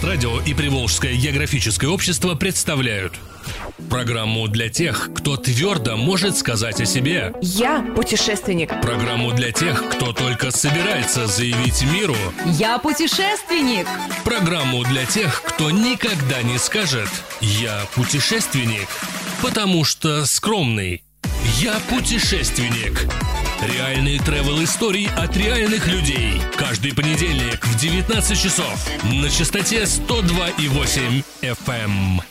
Мострадио и Приволжское географическое общество представляют программу для тех, кто твердо может сказать о себе. Я путешественник. Программу для тех, кто только собирается заявить миру. Я путешественник. Программу для тех, кто никогда не скажет «Я путешественник», потому что скромный. Я путешественник. Реальные тревел-истории от реальных людей. Каждый понедельник в 19 часов на частоте 102,8 FM.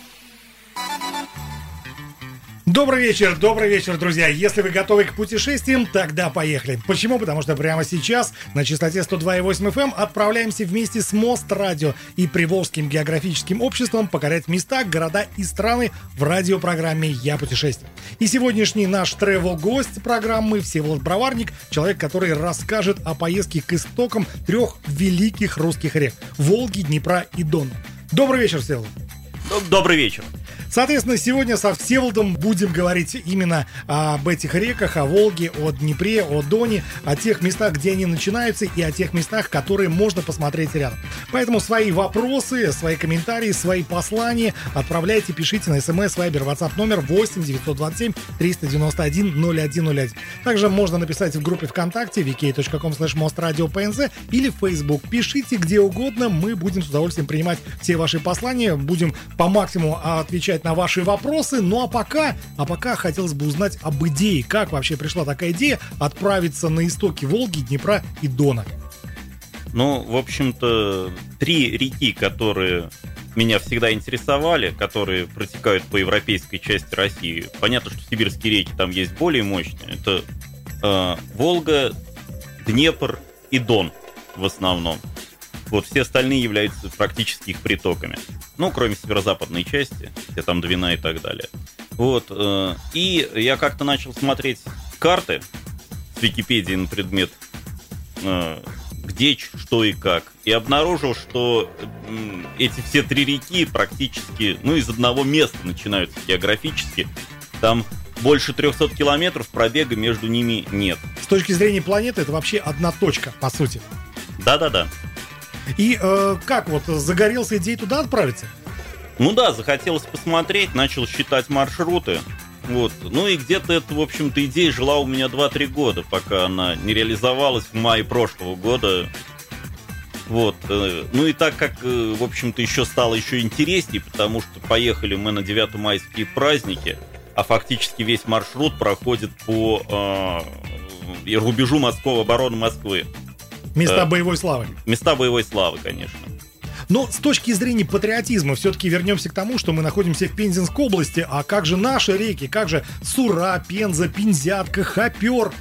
Добрый вечер, друзья. Если вы готовы к путешествиям, тогда поехали. Почему? Потому что прямо сейчас на частоте 102,8 FM отправляемся вместе с Мострадио и Приволжским географическим обществом покорять места, города и страны в радиопрограмме «Я путешественник». И сегодняшний наш тревел-гость программы Всеволод Броварник, человек, который расскажет о поездке к истокам трех великих русских рек – Волги, Днепра и Дона. Добрый вечер, Всеволод. Добрый вечер. Соответственно, сегодня со Всеволодом будем говорить именно об этих реках, о Волге, о Днепре, о Доне, о тех местах, где они начинаются, и о тех местах, которые можно посмотреть рядом. Поэтому свои вопросы, свои комментарии, свои послания отправляйте, пишите на смс, вайбер, WhatsApp номер 8 927 391 0101. Также можно написать в группе ВКонтакте vk.com/mostradiopnz или в Facebook. Пишите где угодно, мы будем с удовольствием принимать все ваши послания, будем по максимуму отвечать на ваши вопросы. Ну а пока хотелось бы узнать об идее. Как вообще пришла такая идея отправиться на истоки Волги, Днепра и Дона? Ну, в общем-то, три реки, которые меня всегда интересовали, которые протекают по европейской части России. Понятно, что сибирские реки там есть более мощные. Это Волга, Днепр и Дон в основном. Вот все остальные являются практически их притоками. Ну, кроме северо-западной части, где там Двина и так далее. Вот. И я как-то начал смотреть карты с Википедии на предмет где, что и как. И обнаружил, что эти все три реки практически, из одного места начинаются географически. Там больше 300 километров пробега между ними нет. С точки зрения планеты это вообще одна точка, по сути. Да-да-да. И как вот, загорелся идеей туда отправиться? Ну да, захотелось посмотреть, начал считать маршруты. Вот. Ну и где-то эта, в общем-то, идея жила у меня 2-3 года, пока она не реализовалась в мае прошлого года. Вот. Ну и так как, в общем-то, еще стало еще интереснее, потому что поехали мы на 9-майские праздники, а фактически весь маршрут проходит по рубежу обороны Москвы. Места боевой славы. Места боевой славы, конечно. Но с точки зрения патриотизма все-таки вернемся к тому, что мы находимся в Пензенской области. А как же наши реки? Как же Сура, Пенза, Пензятка, Хопер?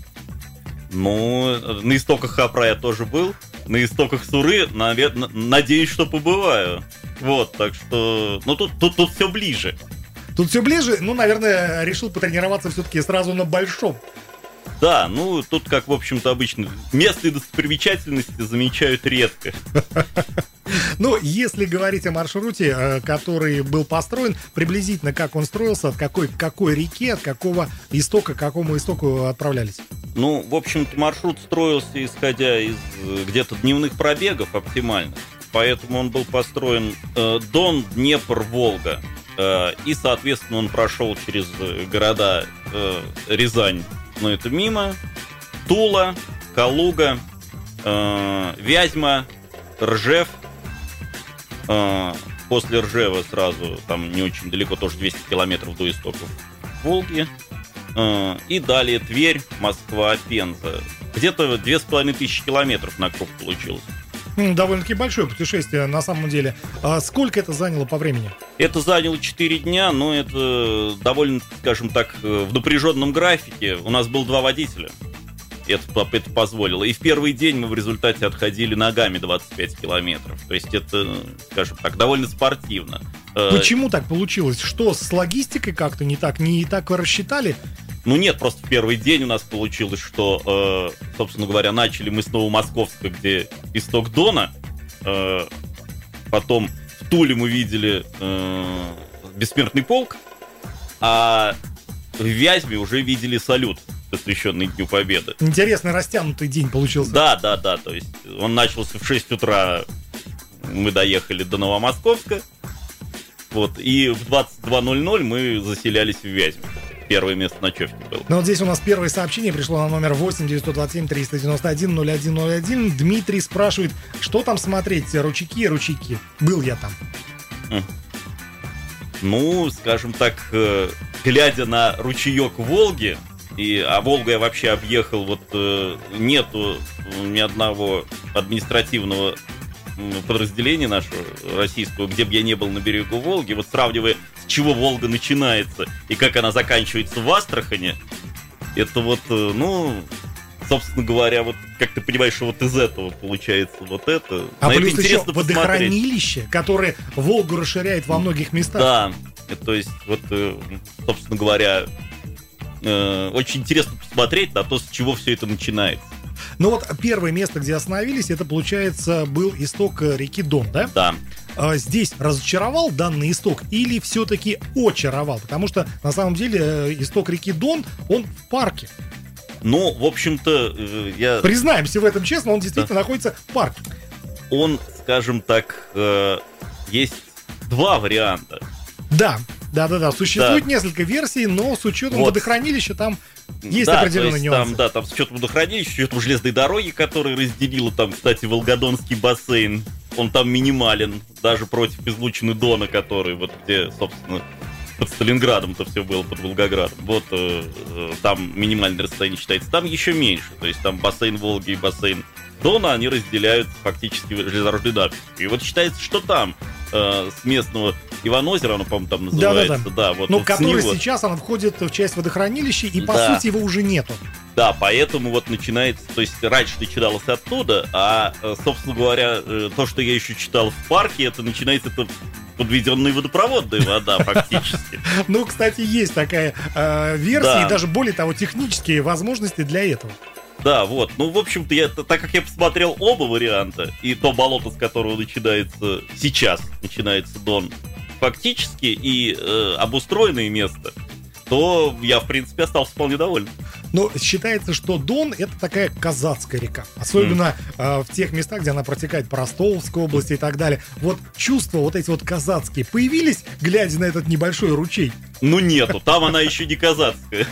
Ну, на истоках Хопра я тоже был. На истоках Суры, надеюсь, что побываю. Вот, так что... Ну, тут все ближе. Тут все ближе? Ну, наверное, решил потренироваться все-таки сразу на большом. Да, тут, как, в общем-то, обычно местные достопримечательности замечают редко. Ну, если говорить о маршруте, который был построен, приблизительно как он строился, от какой реки, от какого истока, к какому истоку отправлялись? Ну, в общем-то, маршрут строился, исходя из где-то дневных пробегов оптимальных. Поэтому он был построен Дон, Днепр, Волга. И, соответственно, он прошел через города Рязань, но это мимо, Тула, Калуга, Вязьма, Ржев. После Ржева сразу, там не очень далеко, тоже 200 километров до истоков Волги. И далее Тверь, Москва, Пенза. Где-то 2500 километров на круг получилось. Довольно-таки большое путешествие на самом деле. А сколько это заняло по времени? Это заняло 4 дня, но это довольно, скажем так, в напряженном графике. У нас было 2 водителя. Это позволило. И в первый день мы в результате отходили ногами 25 километров. То есть это, скажем так, довольно спортивно. Почему так получилось? Что, с логистикой как-то не так рассчитали? Ну нет, просто в первый день у нас получилось, что, собственно говоря, начали мы с Новомосковска, где исток Дона. Потом в Туле мы видели Бессмертный полк, а в Вязьме уже видели салют, посвященный Дню Победы. Интересный растянутый день получился. Да, то есть он начался в 6 утра мы доехали до Новомосковска. Вот, и в 22:00 мы заселялись в Вязьму. Первое место ночевки было. Ну вот здесь у нас первое сообщение пришло на номер 8 927 391 0101. Дмитрий спрашивает, что там смотреть, ручейки. Был я там. Ну, скажем так, глядя на ручеек Волги, а Волгу я вообще объехал, вот нету ни одного административного подразделения нашего российского, где бы я не был на берегу Волги, вот сравнивая, с чего Волга начинается и как она заканчивается в Астрахани, это вот, ну, собственно говоря, вот как ты понимаешь, что вот из этого получается вот это. А на плюс это еще интересно водохранилище, которое Волгу расширяет во многих местах. Да, то есть вот, собственно говоря, очень интересно посмотреть на то, с чего все это начинается. Ну вот первое место, где остановились, это, получается, был исток реки Дон, да? Да. Здесь разочаровал данный исток или все-таки очаровал? Потому что, на самом деле, исток реки Дон, он в парке. Ну, в общем-то, я... Признаемся в этом честно, он действительно находится в парке. Он, скажем так, есть два варианта. Да. Существует несколько версий, но с учетом водохранилища там есть определенные нюансы. Там с учетом водохранилища, с учетом железной дороги, которая разделила там, кстати, Волгодонский бассейн. Он там минимален, даже против излучины Дона, который вот где, собственно, под Сталинградом-то все было, под Волгоградом. Вот там минимальное расстояние считается. Там еще меньше. То есть там бассейн Волги и бассейн Дона, они разделяют фактически железнодорожной надписью. И вот считается, что там с местного Иванозера, оно, по-моему, там называется. Да, вот, но вот который сейчас он входит в часть водохранилища, и по сути его уже нету. Да, поэтому вот начинается, то есть раньше начиналось оттуда, а, собственно говоря, то, что я еще читал в парке, это начинается подведенная водопроводная вода фактически. Ну, кстати, есть такая версия, и даже более того, технические возможности для этого. Да, вот. Ну, в общем-то, так как я посмотрел оба варианта, и то болото, с которого сейчас начинается Дон, фактически, и обустроенное место, то я, в принципе, остался вполне доволен. Но считается, что Дон — это такая казацкая река. Особенно в тех местах, где она протекает по Ростовской области и так далее. Вот чувства вот эти вот казацкие появились, глядя на этот небольшой ручей? Ну, нету. Там она еще не казацкая.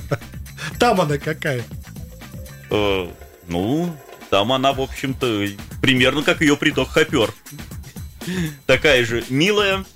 Там она какая? Ну, там она, в общем-то, примерно как ее приток Хопер. Такая же милая,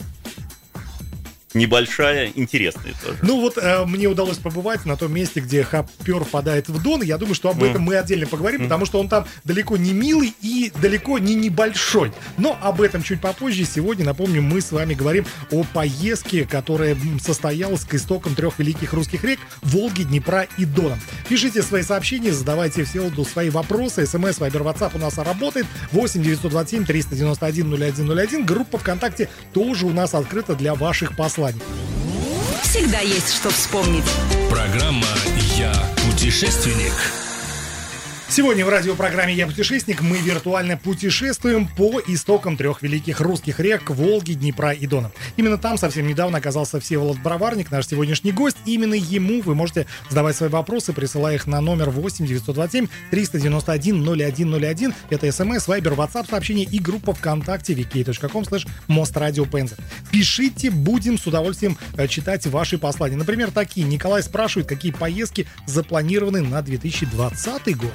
небольшая, интересная тоже. Ну вот мне удалось побывать на том месте, где Хопер впадает в Дон. Я думаю, что об этом мы отдельно поговорим, потому что он там далеко не милый и далеко не небольшой. Но об этом чуть попозже. Сегодня, напомню, мы с вами говорим о поездке, которая состоялась к истокам трех великих русских рек — Волги, Днепра и Дона. Пишите свои сообщения, задавайте Всеволоду свои вопросы. СМС, Вайбер, WhatsApp у нас работает. 8 927 391 0101. Группа ВКонтакте тоже у нас открыта для ваших посланий. Всегда есть что вспомнить. Программа «Я путешественник». Сегодня в радиопрограмме «Я путешественник» мы виртуально путешествуем по истокам трех великих русских рек — Волги, Днепра и Дона. Именно там совсем недавно оказался Всеволод Броварник, наш сегодняшний гость. Именно ему вы можете задавать свои вопросы, присылая их на номер 8 927 391 0101. Это СМС, Вайбер, WhatsApp сообщение и группа ВКонтакте vk.com/mostradiopenza. Пишите, будем с удовольствием читать ваши послания. Например, такие. Николай спрашивает, какие поездки запланированы на 2020 год.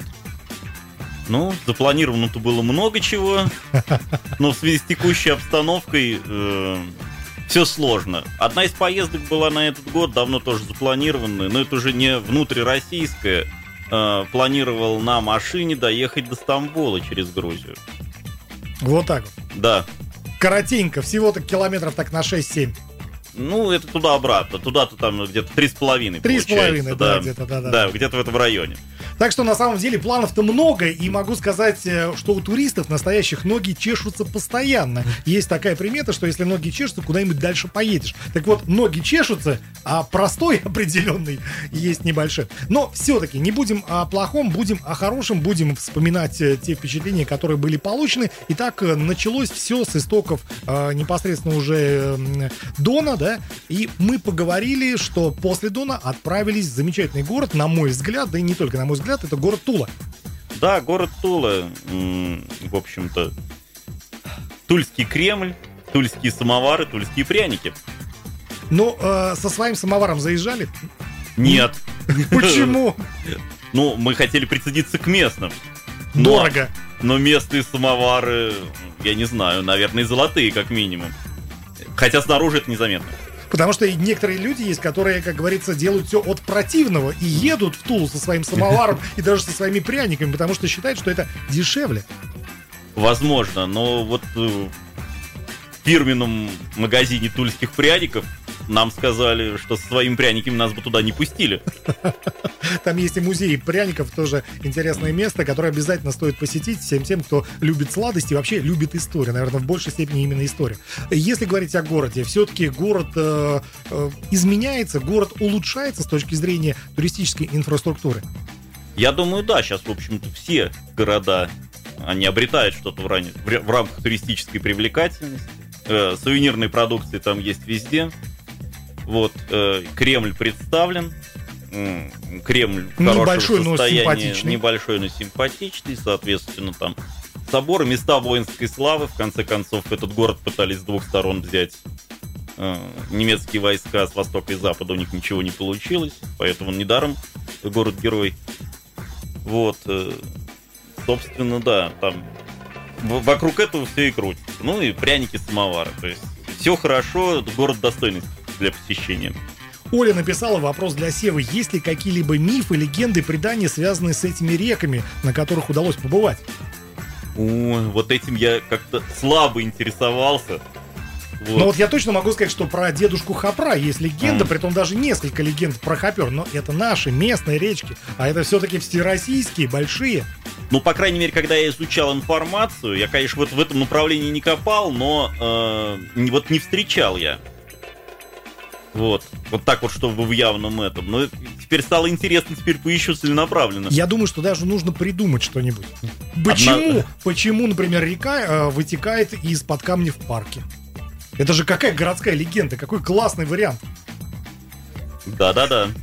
Ну, запланировано-то было много чего, но в связи с текущей обстановкой все сложно. Одна из поездок была на этот год, давно тоже запланированная, но это уже не внутрироссийская. Планировал на машине доехать до Стамбула через Грузию. Вот так вот. Да. Коротенько, всего-то километров так на 6-7. Ну, это туда-обратно. Туда-то там где-то 3,5 3,5, да, где-то, да, где-то в этом районе. Так что, на самом деле, планов-то много, и могу сказать, что у туристов настоящих ноги чешутся постоянно. Есть такая примета, что если ноги чешутся, куда-нибудь дальше поедешь. Так вот, ноги чешутся, а простой определенный есть небольшой. Но все-таки не будем о плохом, будем о хорошем, будем вспоминать те впечатления, которые были получены. Итак, началось все с истоков непосредственно уже Дона, да, и мы поговорили, что после Дона отправились в замечательный город, на мой взгляд, да и не только на мой взгляд, это город Тула. Да, город Тула, в общем-то, Тульский Кремль, тульские самовары, тульские пряники. Ну, со своим самоваром заезжали? Нет. Почему? Ну, мы хотели прицепиться к местным. Дорого. Но местные самовары, я не знаю, наверное, золотые, как минимум. Хотя снаружи это незаметно. Потому что некоторые люди есть, которые, как говорится, делают все от противного и едут в Тулу со своим самоваром и даже со своими пряниками, потому что считают, что это дешевле. Возможно, но вот в фирменном магазине тульских пряников нам сказали, что со своими пряниками нас бы туда не пустили. Там есть и музей пряников, тоже интересное место, которое обязательно стоит посетить всем тем, кто любит сладости и вообще любит историю. Наверное, в большей степени именно историю. Если говорить о городе, все-таки город изменяется, город улучшается с точки зрения туристической инфраструктуры. Я думаю, да, сейчас, в общем-то, все города, они обретают что-то в рамках туристической привлекательности. Сувенирной продукции там есть везде. Вот, Кремль представлен. Кремль в хорошем состоянии. Небольшой, но симпатичный. Соответственно, там соборы, места воинской славы. В конце концов, этот город пытались с двух сторон взять немецкие войска с востока и запада. У них ничего не получилось. Поэтому недаром город-герой. Вот, собственно, да, там вокруг этого все и крутится. Ну и пряники, самовары. То есть все хорошо, город достойный для посещения. Оля написала вопрос для Севы. Есть ли какие-либо мифы, легенды, предания, связанные с этими реками, на которых удалось побывать? Вот этим я как-то слабо интересовался. Вот. Но вот я точно могу сказать, что про дедушку Хопра есть легенда, притом даже несколько легенд про Хопер, но это наши местные речки, а это все-таки всероссийские, большие. Ну, по крайней мере, когда я изучал информацию, я, конечно, вот в этом направлении не копал, но вот не встречал я. Вот так вот, чтобы в явном этом. Но теперь стало интересно, теперь поищу целенаправленно. Я думаю, что даже нужно придумать что-нибудь. Почему, например, река вытекает из-под камня в парке? Это же какая городская легенда, какой классный вариант. Да-да-да.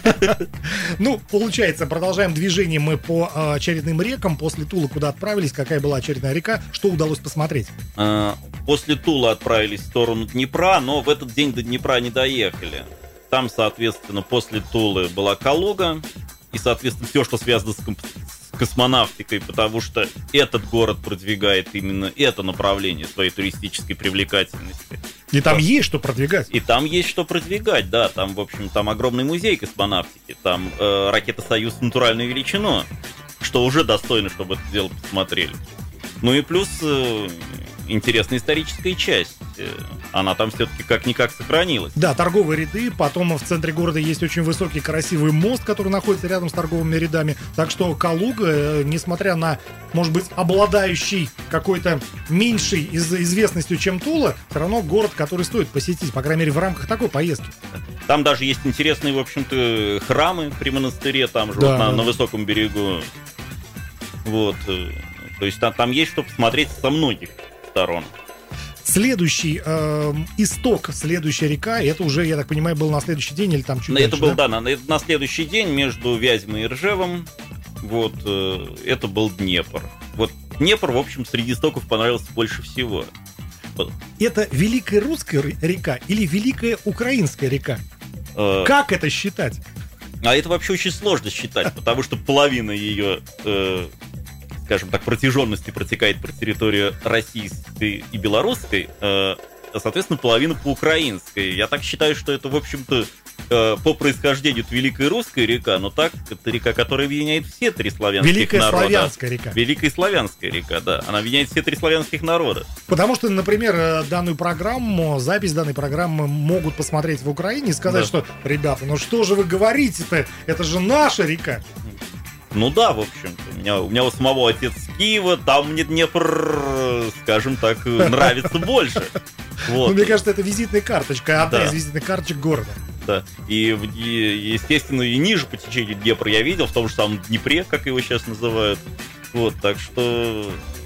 Ну, получается, продолжаем движение мы по очередным рекам. После Тулы куда отправились, какая была очередная река, что удалось посмотреть? После Тулы отправились в сторону Днепра, но в этот день до Днепра не доехали. Там, соответственно, после Тулы была Калуга, и, соответственно, все, что связано с космонавтикой, потому что этот город продвигает именно это направление своей туристической привлекательности. И там есть что продвигать. И там есть что продвигать, да. Там, в общем, там огромный музей космонавтики. Там ракета «Союз» в натуральную величину, что уже достойно, чтобы это дело посмотрели. Ну и плюс интересная историческая часть. Она там все-таки как-никак сохранилась. Да, торговые ряды. Потом в центре города есть очень высокий красивый мост, который находится рядом с торговыми рядами. Так что Калуга, несмотря на, может быть, обладающий какой-то меньшей известностью, чем Тула, все равно город, который стоит посетить, по крайней мере, в рамках такой поездки. Там даже есть интересные, в общем-то, храмы при монастыре, там же да, вот на высоком берегу. Вот. То есть там есть что посмотреть со многих сторон. Следующий исток, следующая река, это уже, я так понимаю, был на следующий день или там чуть это дальше, был, да, на следующий день между Вязьмой и Ржевом. Вот, это был Днепр. Вот Днепр, в общем, среди истоков понравился больше всего. Это Великая Русская река или Великая Украинская река? Как это считать? А это вообще очень сложно считать, потому что половина ее, скажем так, протяженности протекает по территории российской и белорусской, соответственно, половина по украинской. Я так считаю, что это, в общем-то, по происхождению это Великая Русская река, но так, это река, которая объединяет все три славянских Великая народа. Славянская река. Великая Славянская река, да. Она объединяет все три славянских народа. Потому что, например, данную программу, запись данной программы могут посмотреть в Украине и сказать, что, ребята, ну что же вы говорите-то? Это же наша река. Ну да, в общем-то. У меня у самого отец с Киева, там мне Днепр, скажем так, нравится больше. Вот. Ну, мне кажется, это визитная карточка, одна из визитных карточек города. Да. И, естественно, и ниже по течению Днепра я видел, в том же самом Днепре, как его сейчас называют. Вот, так что...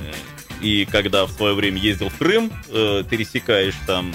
И когда в свое время ездил в Крым, пересекаешь там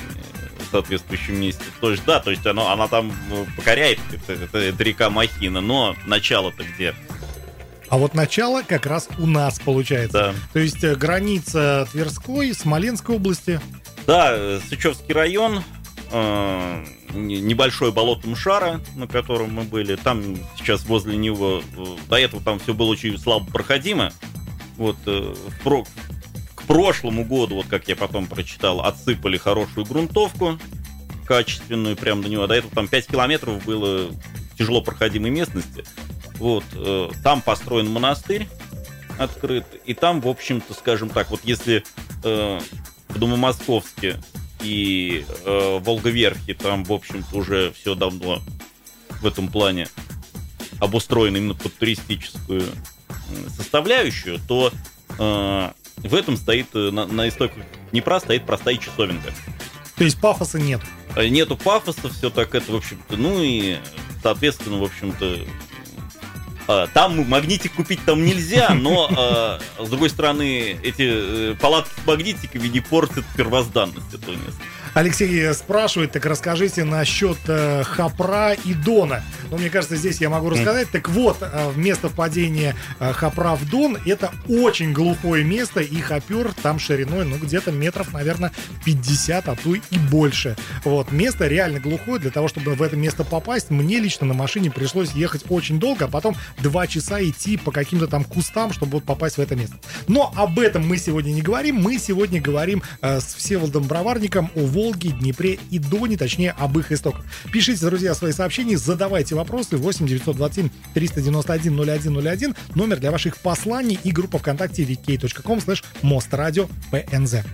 в соответствующем месте. То есть, да, то есть она там покоряет, это река Махина, но начало-то где? А вот начало как раз у нас получается. Да. То есть граница Тверской, Смоленской области. Да, Сычевский район, небольшое болото Мшара, на котором мы были. Там сейчас возле него, до этого там все было очень слабо проходимо. Вот к прошлому году, вот как я потом прочитал, отсыпали хорошую грунтовку, качественную, прямо до него. До этого там 5 километров было тяжело проходимой местности. Вот, там построен монастырь открыт, и там, в общем-то, скажем так, вот если в Домомосковске и Волговерхе там, в общем-то, уже все давно в этом плане обустроено именно под туристическую составляющую, то в этом стоит, на истоках Днепра стоит простая часовенка. То есть пафоса нет? Нету пафоса, все так это, в общем-то, ну и, соответственно, в общем-то, там магнитик купить там нельзя, но, с другой стороны, эти палатки с магнитиками не портят первозданность этого места. Алексей спрашивает, так расскажите насчет Хопра и Дона. Ну, мне кажется, здесь я могу рассказать. Так вот, место впадения Хопра в Дон — это очень глухое место, и Хопер там шириной, ну, где-то метров, наверное, 50, а то и больше. Вот, место реально глухое. Для того, чтобы в это место попасть, мне лично на машине пришлось ехать очень долго, а потом 2 часа идти по каким-то там кустам, чтобы вот попасть в это место. Но об этом мы сегодня не говорим. Мы сегодня говорим с Всеволодом Броварником о Волге, Днепре и Доне, точнее, об их истоках. Пишите, друзья, свои сообщения, задавайте вопросы. 8 927 391 0101, номер для ваших посланий, и группа ВКонтакте vk.com/mostradио.pnz.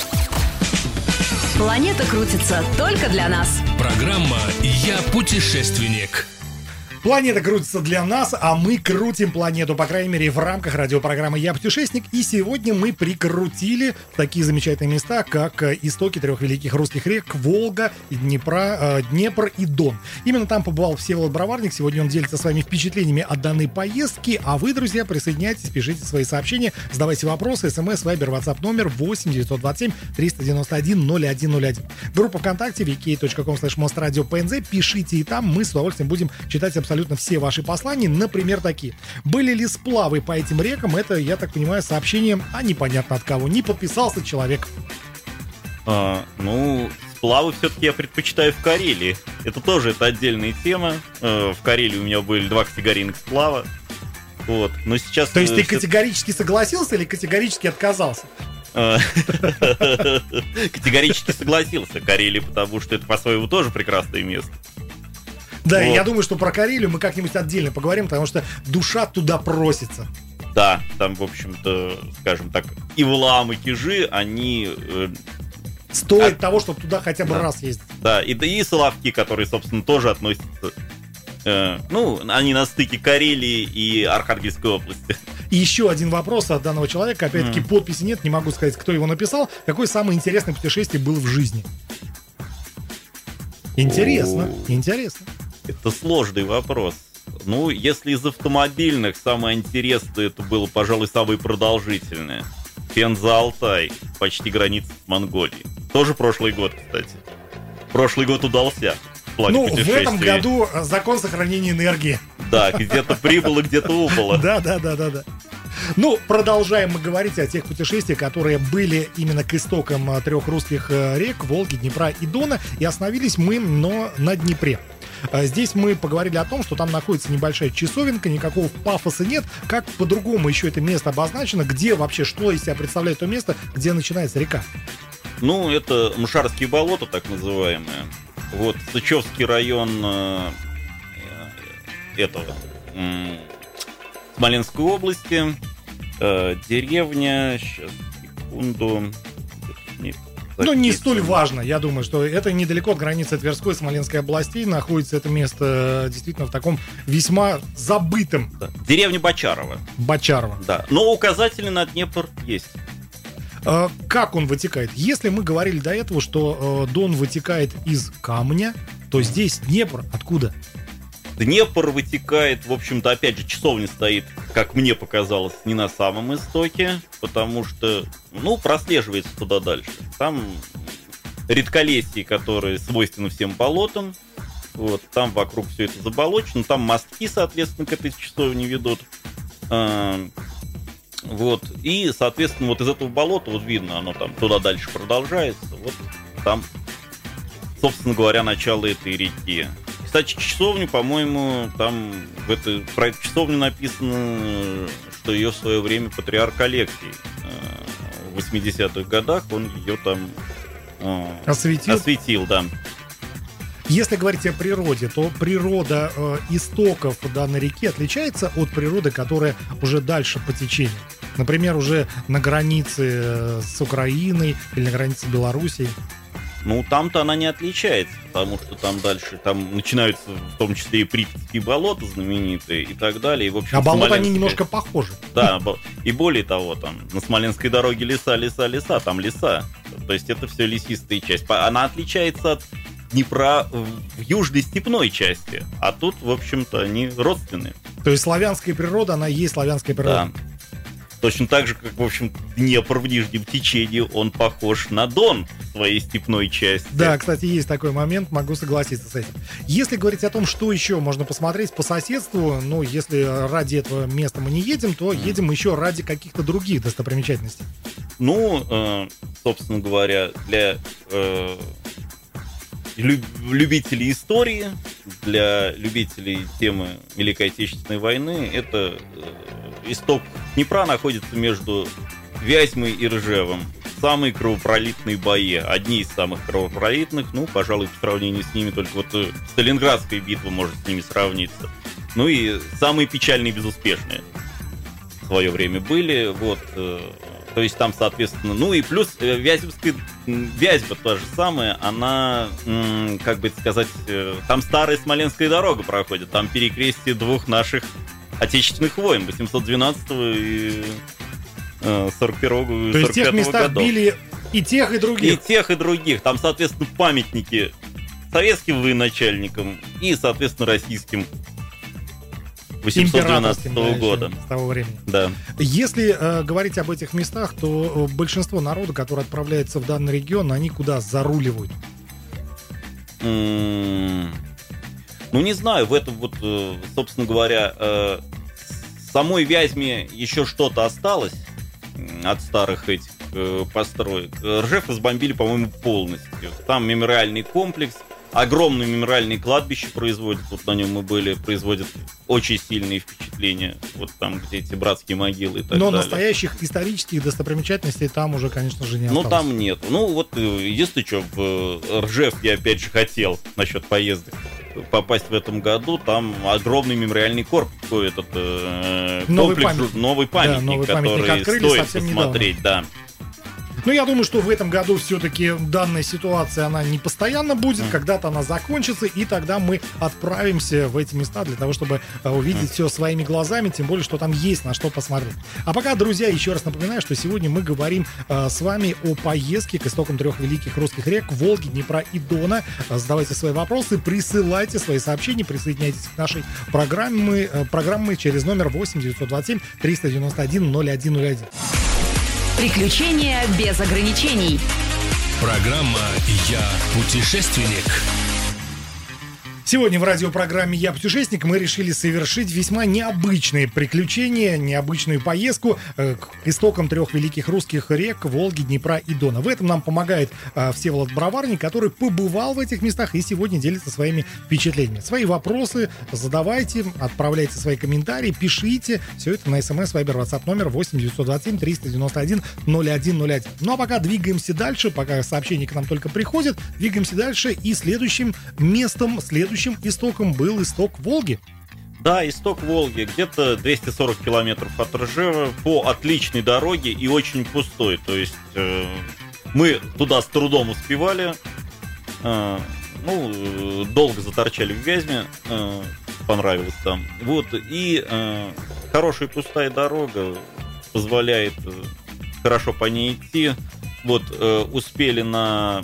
Планета крутится только для нас. Программа «Я путешественник». Планета крутится для нас, а мы крутим планету, по крайней мере, в рамках радиопрограммы «Я путешественник». И сегодня мы прикрутили такие замечательные места, как истоки 3 великих русских рек: Волга, Днепр и Дон. Именно там побывал Всеволод Броварник. Сегодня он делится своими впечатлениями от данной поездки. А вы, друзья, присоединяйтесь, пишите свои сообщения, задавайте вопросы. СМС, Вайбер, WhatsApp номер 8 927 391 0101. Группа ВКонтакте vk.com/mostradио.pnz. Пишите и там, мы с удовольствием будем читать абсолютно все ваши послания. Например, такие: были ли сплавы по этим рекам? Это, я так понимаю, сообщение, непонятно от кого. Не подписался человек. Ну, сплавы все-таки я предпочитаю в Карелии. Это тоже отдельная тема. В Карелии у меня были 2 категорийных сплава. Вот. Но сейчас... То есть ты категорически согласился или категорически отказался? Категорически согласился. Карелия, потому что это по-своему тоже прекрасное место. Да, вот. Я думаю, что про Карелию мы как-нибудь отдельно поговорим, потому что душа туда просится. Да, там, в общем-то, скажем так, и Валаам, и Кижи, они... Стоит того, чтобы туда хотя бы раз ездить. Да, и Соловки, которые, собственно, тоже относятся... они на стыке Карелии и Архангельской области. И еще один вопрос от данного человека. Опять-таки, подписи нет, не могу сказать, кто его написал. Какое самое интересное путешествие было в жизни? Интересно, интересно. Это сложный вопрос. Ну, если из автомобильных, самое интересное, это было, пожалуй, самое продолжительное. Пенза-Алтай, почти граница с Монголией. Тоже прошлый год, кстати. Прошлый год удался. В этом году закон сохранения энергии. Да, где-то прибыло, где-то упало. Да. Ну, продолжаем мы говорить о тех путешествиях, которые были именно к истокам 3 русских рек: Волги, Днепра и Дона. И остановились мы на Днепре. Здесь мы поговорили о том, что там находится небольшая часовенка, никакого пафоса нет. Как по-другому еще это место обозначено? Где вообще, что из себя представляет то место, где начинается река? Ну, это Мшарские болота, так называемые. Вот, Сычевский район Смоленской области. Деревня, сейчас, секунду. Ну, не столь важно. Я думаю, что это недалеко от границы Тверской и Смоленской областей. Находится это место действительно в таком весьма забытом. Да. Деревня Бочарова. Да. Но указатели на Днепр есть. Как он вытекает? Если мы говорили до этого, что Дон вытекает из камня, то здесь Днепр откуда? Днепр вытекает, в общем-то, опять же, часовня стоит, как мне показалось, не на самом истоке, потому что, прослеживается туда дальше. Там редколесье, которые свойственны всем болотам, вот, там вокруг все это заболочено, там мостки, соответственно, к этой часовне ведут. Вот. И, соответственно, вот из этого болота, вот видно, оно там туда дальше продолжается. Вот там, собственно говоря, начало этой реки. Кстати, часовню, по-моему, там про эту часовню написано, что ее в свое время патриарх Алексий в 80-х годах, он ее там осветил, да. Если говорить о природе, то природа истоков данной реки отличается от природы, которая уже дальше по течению. Например, уже на границе с Украиной или на границе с Белоруссией. Ну, там-то она не отличается, потому что там дальше, там начинаются в том числе и Припятские болота знаменитые и так далее. И, в общем, а болота они немножко похожи. Да, и более того, там на Смоленской дороге леса, там леса. То есть это все лесистая часть. Она отличается от Днепра в южной степной части, а тут, в общем-то, они родственные. То есть славянская природа, она и есть славянская природа. Да. Точно так же, как, в общем, Днепр в нижнем течении, он похож на Дон в своей степной части. Да, кстати, есть такой момент, могу согласиться с этим. Если говорить о том, что еще можно посмотреть по соседству, ну, если ради этого места мы не едем, то едем еще ради каких-то других достопримечательностей. Ну, собственно говоря, для любителей истории, для любителей темы Великой Отечественной войны, это исток Днепра находится между Вязьмой и Ржевом. Самые кровопролитные бои, одни из самых кровопролитных, ну, пожалуй, по сравнению с ними только вот Сталинградская битва может с ними сравниться. Ну и самые печальные и безуспешные в свое время были, вот. То есть там, соответственно, ну и плюс Вязьма та же самая, она, как бы это сказать, там старая Смоленская дорога проходит, там перекрестие двух наших отечественных войн, 812-го и 41-го и 45-го годов. То есть в тех местах били и тех, и других? И тех, и других. Там, соответственно, памятники советским военачальникам и, соответственно, российским 812 года. С того времени. Да. Если говорить об этих местах, то большинство народа, которое отправляется в данный регион, они куда заруливают? Ну, не знаю, в этом вот, собственно говоря, самой Вязьме еще что-то осталось от старых этих построек. Ржев разбомбили, по-моему, полностью. Там мемориальный комплекс, огромное мемориальное кладбище производят, вот на нем мы были, производят очень сильные впечатления, вот там, где эти братские могилы и так далее. Но настоящих исторических достопримечательностей там уже, конечно же, не осталось. Ну, там нет. Ну, вот, если что, в Ржев я, опять же, хотел насчет поездок попасть в этом году, там огромный мемориальный комплекс, этот новый памятник, который стоит посмотреть, да. Но я думаю, что в этом году все-таки данная ситуация, она не постоянно будет, когда-то она закончится, и тогда мы отправимся в эти места для того, чтобы увидеть все своими глазами, тем более, что там есть на что посмотреть. А пока, друзья, еще раз напоминаю, что сегодня мы говорим с вами о поездке к истокам трех великих русских рек Волги, Днепра и Дона. Задавайте свои вопросы, присылайте свои сообщения, присоединяйтесь к нашей программы через номер 8 927 391 0101. Приключения без ограничений. Программа «Я путешественник». Сегодня в радиопрограмме «Я путешественник» мы решили совершить весьма необычные приключения, необычную поездку к истокам трех великих русских рек Волги, Днепра и Дона. В этом нам помогает Всеволод Броварник, который побывал в этих местах и сегодня делится своими впечатлениями. Свои вопросы задавайте, отправляйте свои комментарии, пишите. Все это на СМС, Вайбер, WhatsApp номер 8 927 391 0101. Ну а пока двигаемся дальше, пока сообщения к нам только приходят, двигаемся дальше, и следующим истоком был исток Волги. Да, исток Волги, где-то 240 километров от Ржева, по отличной дороге и очень пустой. То есть мы туда с трудом успевали, долго заторчали в Вязьме, понравилось там. Вот, и хорошая пустая дорога позволяет хорошо по ней идти. Вот, успели на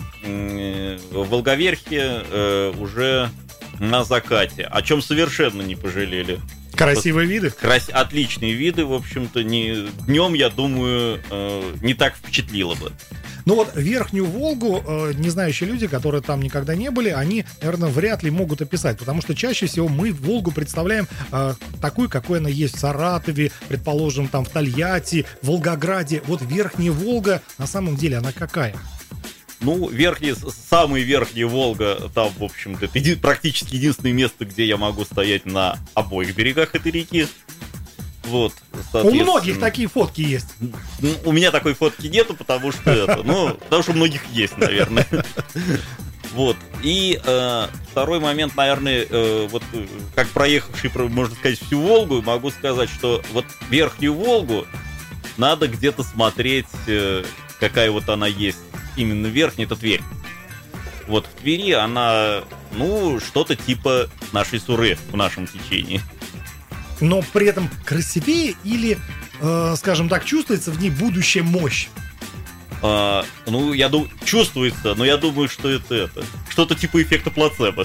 Волговерхе уже на закате, о чем совершенно не пожалели. Красивые виды? Отличные виды, в общем-то, днем, я думаю, не так впечатлило бы. Ну вот Верхнюю Волгу, не знающие люди, которые там никогда не были, они, наверное, вряд ли могут описать, потому что чаще всего мы Волгу представляем такой, какой она есть в Саратове, предположим, там в Тольятти, в Волгограде. Вот Верхняя Волга, на самом деле, она какая? Ну, самая Верхняя Волга, там, в общем-то, это практически единственное место, где я могу стоять на обоих берегах этой реки. Вот, у многих такие фотки есть. У меня такой фотки нету, потому что потому что у многих есть, наверное. Вот. И второй момент, наверное, вот как проехавший, можно сказать, всю Волгу, могу сказать, что вот Верхнюю Волгу надо где-то смотреть, какая вот она есть. Именно верхняя — это Тверь. Вот в Твери она, что-то типа нашей Суры в нашем течении. Но при этом красивее или, скажем так, чувствуется в ней будущая мощь? Я думаю, чувствуется, но я думаю, что это что-то типа эффекта плацебо.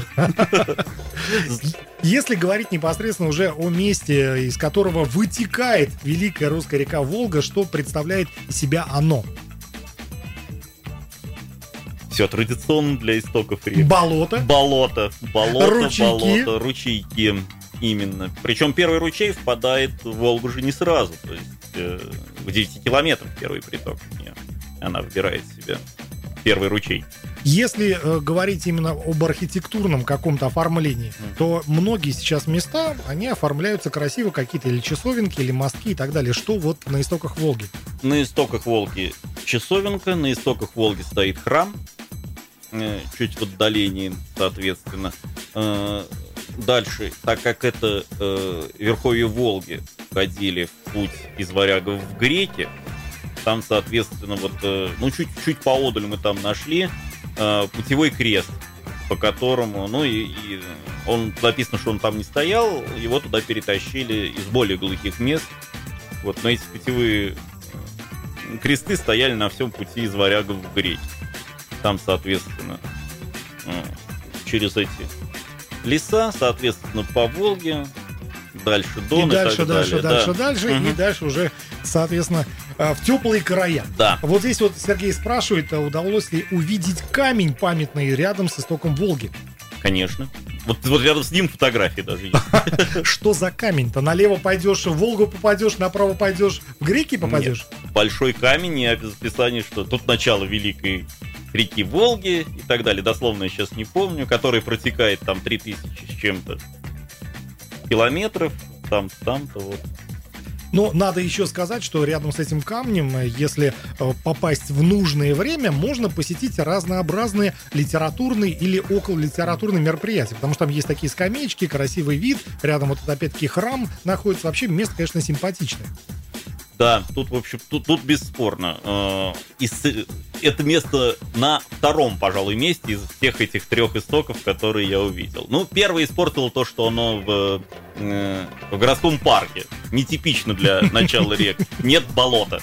Если говорить непосредственно уже о месте, из которого вытекает великая русская река Волга, что представляет из себя оно? Все традиционно для истоков рек. Болото, ручейки. Именно. Причем первый ручей впадает в Волгу же не сразу. То есть в 9 километрах первый приток. Она выбирает себе первый ручей. Если говорить именно об архитектурном каком-то оформлении, то многие сейчас места, они оформляются красиво, какие-то или часовенки, или мостки и так далее. Что вот на истоках Волги? На истоках Волги часовенка, на истоках Волги стоит храм, чуть в отдалении, соответственно. Дальше, так как это верховье Волги ходили в путь из Варягов в Греки, там, соответственно, чуть поодаль мы там нашли путевой крест, по которому, он написано, что он там не стоял, его туда перетащили из более глухих мест. Вот, но эти путевые кресты стояли на всем пути из Варягов в Греки. Там, соответственно, через эти леса, соответственно, по Волге, дальше Дон и дальше, и так далее. И дальше уже, соответственно, в теплые края. Да. Вот здесь вот Сергей спрашивает, удалось ли увидеть камень памятный рядом с истоком Волги? Конечно. Вот рядом с ним фотографии даже есть. Что за камень-то? Налево пойдешь, в Волгу попадешь, направо пойдешь, в Греки попадешь? Нет. Большой камень, и описание, что тут начало великой реки Волги и так далее. Дословно я сейчас не помню, который протекает там 3000 с чем-то километров. Там-то вот. Но надо еще сказать, что рядом с этим камнем, если попасть в нужное время, можно посетить разнообразные литературные или окололитературные мероприятия, потому что там есть такие скамеечки, красивый вид, рядом вот опять-таки храм находится. Вообще место, конечно, симпатичное. Да, тут, в общем, тут бесспорно. Это место на втором, пожалуй, месте из всех этих 3 истоков, которые я увидел. Первое испортило то, что оно в городском парке. Нетипично для начала рек. Нет болота.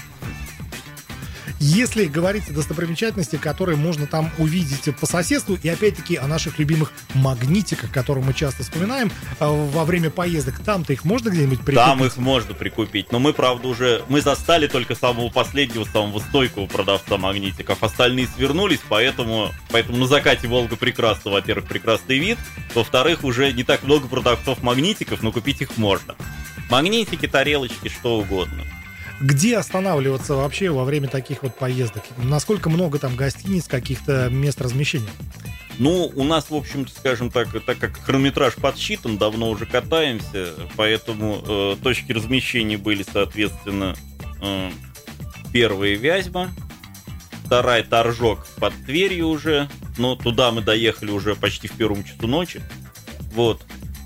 Если говорить о достопримечательности, которые можно там увидеть по соседству, и опять-таки о наших любимых магнитиках, которые мы часто вспоминаем во время поездок, там-то их можно где-нибудь прикупить? Там их можно прикупить, но мы, правда, мы застали только самого последнего, самого стойкого продавца магнитиков. Остальные свернулись, поэтому на закате Волга прекрасна, во-первых, прекрасный вид, во-вторых, уже не так много продавцов магнитиков, но купить их можно. Магнитики, тарелочки, что угодно. Где останавливаться вообще во время таких вот поездок? Насколько много там гостиниц, каких-то мест размещения? У нас, в общем-то, скажем так как хронометраж подсчитан, давно уже катаемся, поэтому точки размещения были, соответственно, первая Вязьма, вторая Торжок под Тверью уже, но туда мы доехали уже почти в 1 часу ночи. Вот.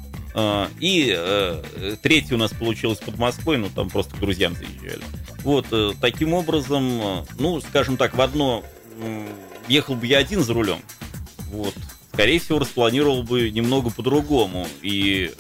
И третий у нас получилось под Москвой, там просто к друзьям заезжали. Вот, таким образом, скажем так, в одно ехал бы я один за рулем, вот, скорее всего, распланировал бы немного по-другому. И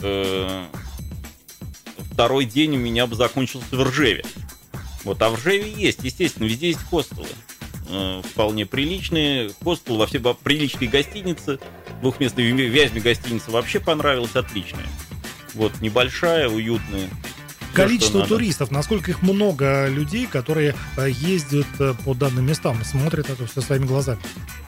второй день у меня бы закончился в Ржеве. Вот, а в Ржеве есть, естественно, везде есть хостелы. Вполне приличные хостелы, во все приличные гостиницы. Двухместной Вязьме гостиница вообще понравилась, отличная. Вот, небольшая, уютная. Количество туристов, насколько их много людей, которые ездят по данным местам, смотрят это все своими глазами?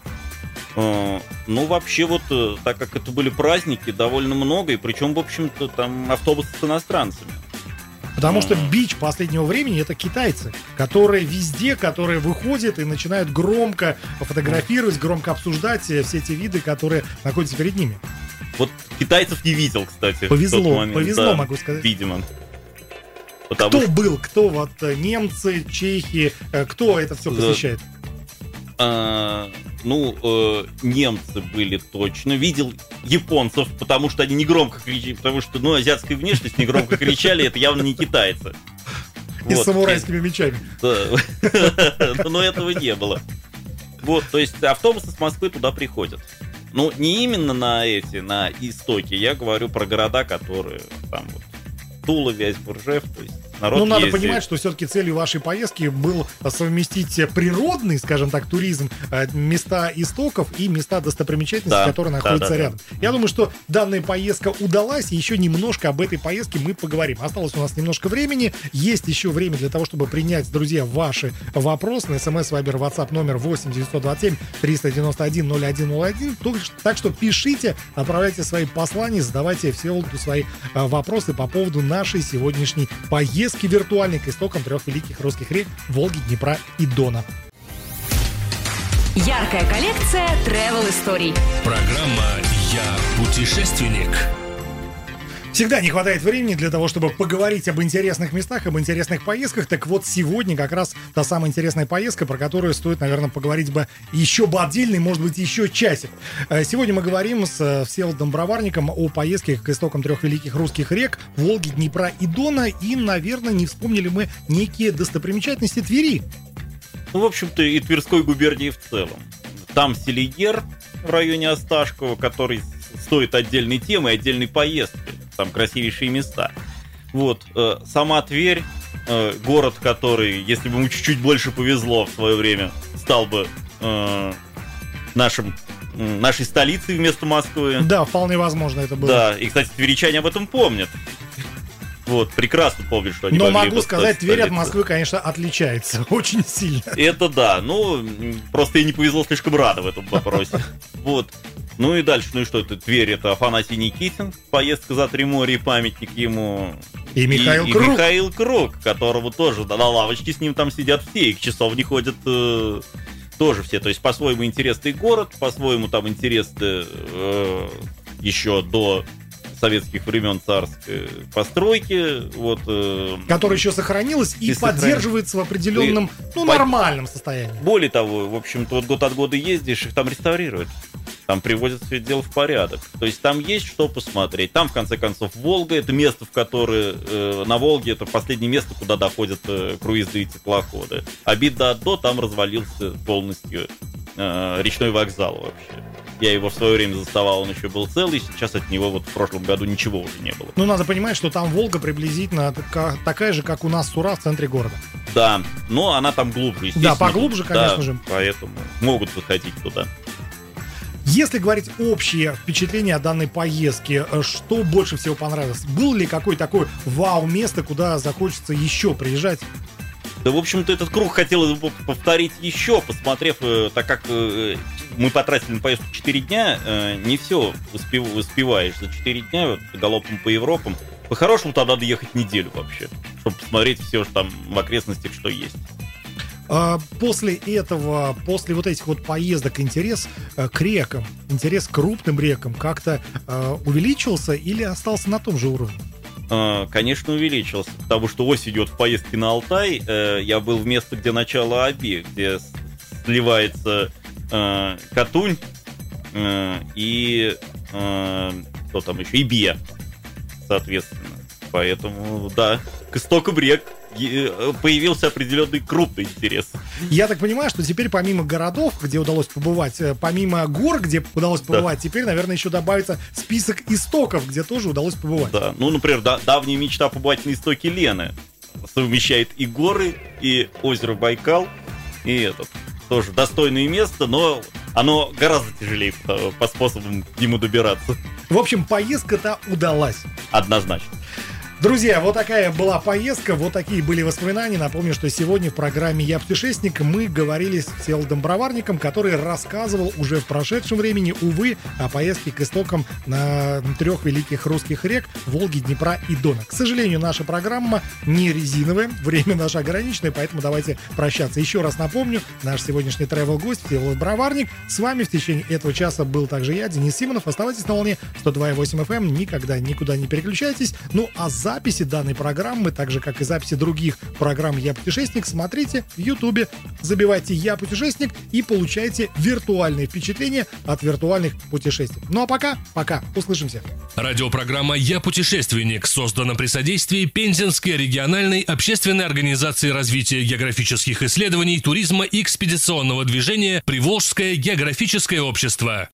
Ну, вообще, вот, так как это были праздники, довольно много, и причем, в общем-то, там автобусы с иностранцами. Потому что бич последнего времени — это китайцы, которые везде, которые выходят и начинают громко фотографировать, громко обсуждать все эти виды, которые находятся перед ними. Вот китайцев не видел, кстати. Повезло, да, могу сказать. Видимо. Кто был? Кто вот немцы, чехи? Кто это все посещает? Немцы были точно. Видел японцев, потому что они не громко кричали, потому что, азиатская внешность не громко кричали, это явно не китайцы. И с самурайскими мечами. Да. Но этого не было. Вот, то есть автобусы с Москвы туда приходят. Ну, не именно на истоки. Я говорю про города, которые там вот Тула, Вязьма, Ржев, то есть народ надо ездит. понимать, что все-таки целью вашей поездки был совместить природный, скажем так, туризм, места истоков и места достопримечательностей, которые находятся рядом. Я думаю, что данная поездка удалась, и еще немножко об этой поездке мы поговорим. Осталось у нас немножко времени, есть еще время для того, чтобы принять, друзья, ваши вопросы на смс, вайбер, ватсап номер 8 927 391 0101. Так что пишите, отправляйте свои послания, задавайте Всеволоду свои вопросы по поводу нашей сегодняшней поездки виртуальной к истокам трех великих русских рек Волги, Днепра и Дона. Яркая коллекция travel-историй. Программа «Я путешественник». Всегда не хватает времени для того, чтобы поговорить об интересных местах, об интересных поездках. Так вот, сегодня как раз та самая интересная поездка, про которую стоит, наверное, поговорить бы еще отдельно, может быть, еще часик. Сегодня мы говорим с Всеволодом Броварником о поездке к истокам трех великих русских рек Волги, Днепра и Дона. И, наверное, не вспомнили мы некие достопримечательности Твери. Ну, в общем-то, и Тверской губернии в целом. Там Селигер в районе Осташкова, который стоит отдельной темы, отдельной поездки. Там красивейшие места. Вот. Сама Тверь, город, который, если бы ему чуть-чуть больше повезло в свое время, стал бы нашей столицей вместо Москвы. Да, вполне возможно это было. Да, и, кстати, тверичане об этом помнят. Вот, прекрасно помнят, что они Но могли могу сказать, Тверь столицей. от Москвы, конечно, отличается очень сильно. Это да, просто ей не повезло слишком рано в этом вопросе. Вот. Ну и дальше, ну и что это? Тверь — это Афанасий Никитин, поездка за три моря и памятник ему. И Михаил Круг. Михаил Круг, которого тоже на лавочке с ним там сидят все, и к часовне ходят тоже все. То есть по-своему интересный город, по-своему там интересный еще до советских времен царской постройки, вот, которая еще сохранилась и поддерживается в определенном, нормальном состоянии. Более того, в общем-то, вот год от года ездишь, их там реставрируют. Там приводят все это дело в порядок. То есть там есть что посмотреть. Там, в конце концов, Волга — это место, в которое на Волге это последнее место, куда доходят круизные теплоходы. А Бит-да-до там развалился полностью речной вокзал вообще. Я его в свое время заставал, он еще был целый, сейчас от него вот в прошлом году ничего уже не было. Ну, надо понимать, что там Волга приблизительно такая же, как у нас Сура в центре города. Да, но она там глубже, естественно. Да, поглубже, конечно же. Поэтому могут заходить туда. Если говорить общее впечатление о данной поездке, что больше всего понравилось? Было ли какое-то такое вау-место, куда захочется еще приезжать? Да, в общем-то, этот круг хотелось бы повторить еще, посмотрев, так как мы потратили на поездку 4 дня, не все успеваешь за 4 дня вот, галопом по Европам. По-хорошему, там надо ехать неделю вообще, чтобы посмотреть все, что там в окрестностях, что есть. После этого, после вот этих вот поездок, интерес к рекам, интерес к крупным рекам как-то увеличился или остался на том же уровне? Конечно, увеличился, потому что осенью в поездке на Алтай я был в месте, где начало Оби, где сливается Катунь и что там еще, Ибе, соответственно. Поэтому, да, к истокам рек появился определенный крупный интерес. Я так понимаю, что теперь помимо городов, где удалось побывать, помимо гор, где удалось побывать, теперь, наверное, еще добавится список истоков, где тоже удалось побывать. Да, ну, например, давняя мечта побывать на истоке Лены совмещает и горы, и озеро Байкал, и этот тоже достойное место, но оно гораздо тяжелее по способам к нему добираться. В общем, поездка-то удалась. Однозначно. Друзья, вот такая была поездка, вот такие были воспоминания. Напомню, что сегодня в программе «Я путешественник» мы говорили с Всеволодом Броварником, который рассказывал уже в прошедшем времени, увы, о поездке к истокам на 3 великих русских рек Волги, Днепра и Дона. К сожалению, наша программа не резиновая, время наше ограниченное, поэтому давайте прощаться. Еще раз напомню, наш сегодняшний travel-гость Всеволод Броварник. С вами в течение этого часа был также я, Денис Симонов. Оставайтесь на волне 102.8 FM, никогда никуда не переключайтесь. Ну а записи данной программы, так же как и записи других программ «Я путешественник», смотрите в Ютубе, забивайте «Я путешественник» и получайте виртуальные впечатления от виртуальных путешествий. Ну а пока, услышимся. Радиопрограмма «Я путешественник» создана при содействии Пензенской региональной общественной организации развития географических исследований, туризма и экспедиционного движения «Приволжское географическое общество».